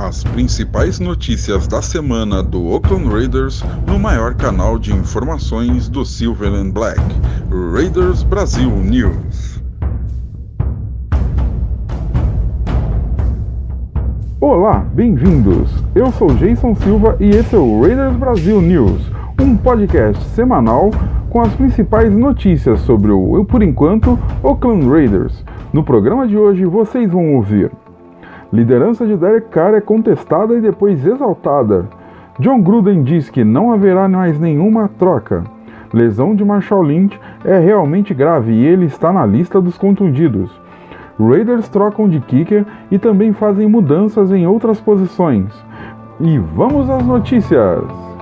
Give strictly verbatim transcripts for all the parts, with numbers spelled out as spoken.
As principais notícias da semana do Oakland Raiders no maior canal de informações do Silver and Black, Raiders Brasil News. Olá, bem-vindos! Eu sou Jason Silva e esse é o Raiders Brasil News, um podcast semanal com as principais notícias sobre o, por enquanto, Oakland Raiders. No programa de hoje vocês vão ouvir: liderança de Derek Carr é contestada e depois exaltada. Jon Gruden diz que não haverá mais nenhuma troca. Lesão de Marshawn Lynch é realmente grave e ele está na lista dos contundidos. Raiders trocam de kicker e também fazem mudanças em outras posições. E vamos às notícias!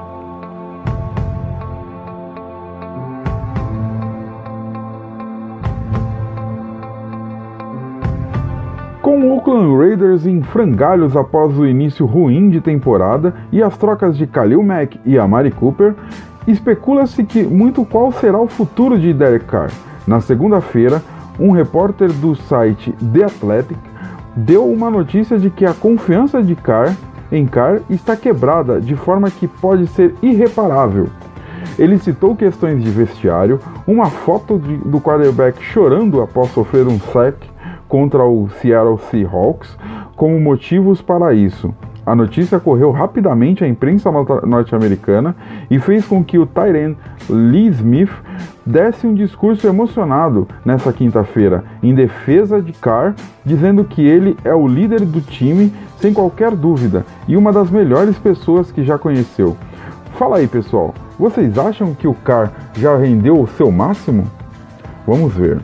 Com o Oakland Raiders em frangalhos após o início ruim de temporada e as trocas de Khalil Mack e Amari Cooper, especula-se que muito qual será o futuro de Derek Carr. Na segunda-feira, um repórter do site The Athletic deu uma notícia de que a confiança de Carr em Carr está quebrada de forma que pode ser irreparável. Ele citou questões de vestiário, uma foto de, do quarterback chorando após sofrer um sack contra o Seattle Seahawks como motivos para isso. A notícia correu rapidamente à imprensa norte-americana e fez com que o tight end Lee Smith desse um discurso emocionado nessa quinta-feira em defesa de Carr, dizendo que ele é o líder do time sem qualquer dúvida e uma das melhores pessoas que já conheceu. Fala aí, pessoal, vocês acham que o Carr já rendeu o seu máximo? Vamos ver.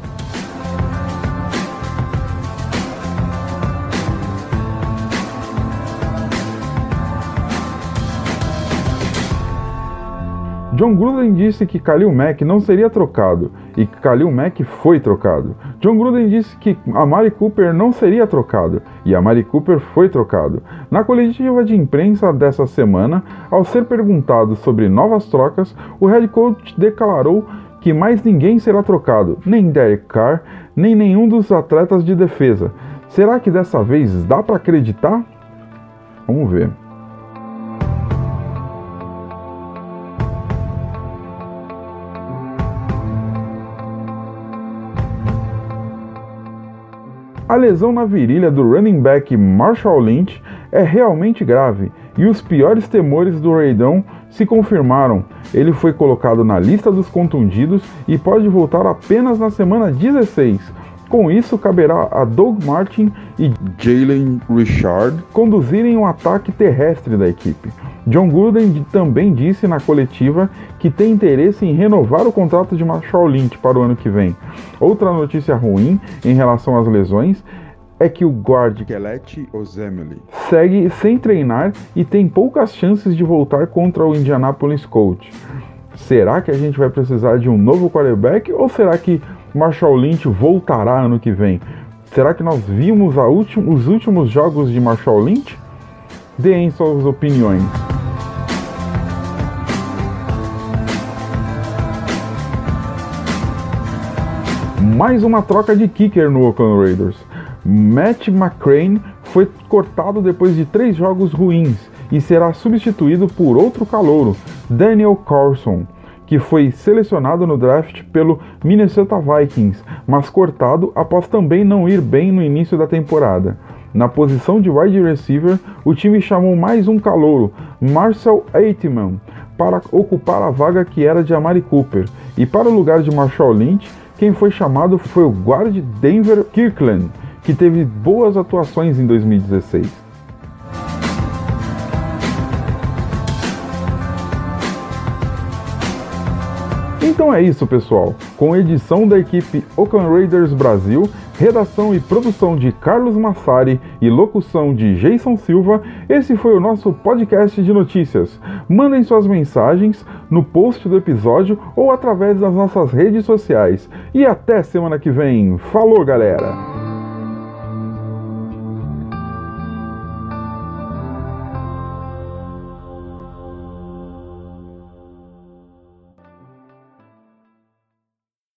Jon Gruden disse que Khalil Mack não seria trocado, e que Khalil Mack foi trocado. Jon Gruden disse que Amari Cooper não seria trocado, e Amari Cooper foi trocado. Na coletiva de imprensa dessa semana, ao ser perguntado sobre novas trocas, o head coach declarou que mais ninguém será trocado, nem Derek Carr, nem nenhum dos atletas de defesa. Será que dessa vez dá para acreditar? Vamos ver. A lesão na virilha do running back Marshawn Lynch é realmente grave e os piores temores do Raidão se confirmaram. Ele foi colocado na lista dos contundidos e pode voltar apenas na semana dezesseis. Com isso, caberá a Doug Martin e Jalen Richard conduzirem o ataque terrestre da equipe. Jon Gruden também disse na coletiva que tem interesse em renovar o contrato de Marshawn Lynch para o ano que vem. Outra notícia ruim em relação às lesões é que o guard Keleti Osemele segue sem treinar e tem poucas chances de voltar contra o Indianapolis Colts. Será que a gente vai precisar de um novo quarterback ou será que Marshawn Lynch voltará ano que vem? Será que nós vimos a últim, os últimos jogos de Marshawn Lynch? Deem suas opiniões. Mais uma troca de kicker no Oakland Raiders. Matt McCrane foi cortado depois de três jogos ruins e será substituído por outro calouro, Daniel Carlson, que foi selecionado no draft pelo Minnesota Vikings, mas cortado após também não ir bem no início da temporada. Na posição de wide receiver, o time chamou mais um calouro, Marcel Ateman, para ocupar a vaga que era de Amari Cooper. E para o lugar de Marshawn Lynch, quem foi chamado foi o guard Denver Kirkland, que teve boas atuações em dois mil e dezesseis. Então é isso, pessoal. Com edição da equipe Oakland Raiders Brasil, redação e produção de Carlos Massari e locução de Jason Silva, esse foi o nosso podcast de notícias. Mandem suas mensagens no post do episódio ou através das nossas redes sociais. E até semana que vem. Falou, galera!